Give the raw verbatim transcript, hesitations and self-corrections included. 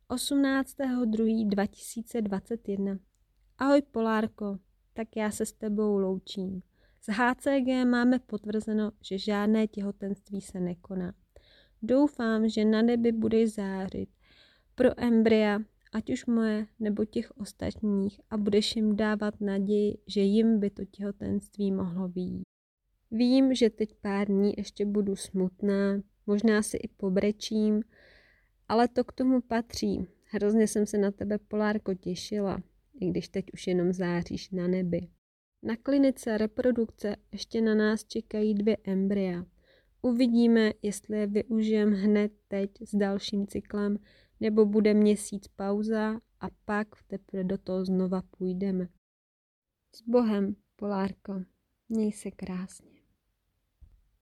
osmnáctého druhého dva tisíce dvacet jedna. Ahoj Polárko, tak já se s tebou loučím. Z H C G máme potvrzeno, že žádné těhotenství se nekoná. Doufám, že na nebi budeš zářit pro embrya, ať už moje nebo těch ostatních, a budeš jim dávat naději, že jim by to těhotenství mohlo vyjít. Vím, že teď pár dní ještě budu smutná, možná si i pobrečím, ale to k tomu patří. Hrozně jsem se na tebe, Polárko, těšila, i když teď už jenom záříš na nebi. Na klinice reprodukce ještě na nás čekají dvě embrya. Uvidíme, jestli je využijeme hned teď s dalším cyklem, nebo bude měsíc pauza a pak teprve do toho znova půjdeme. S Bohem, Polárko, měj se krásně.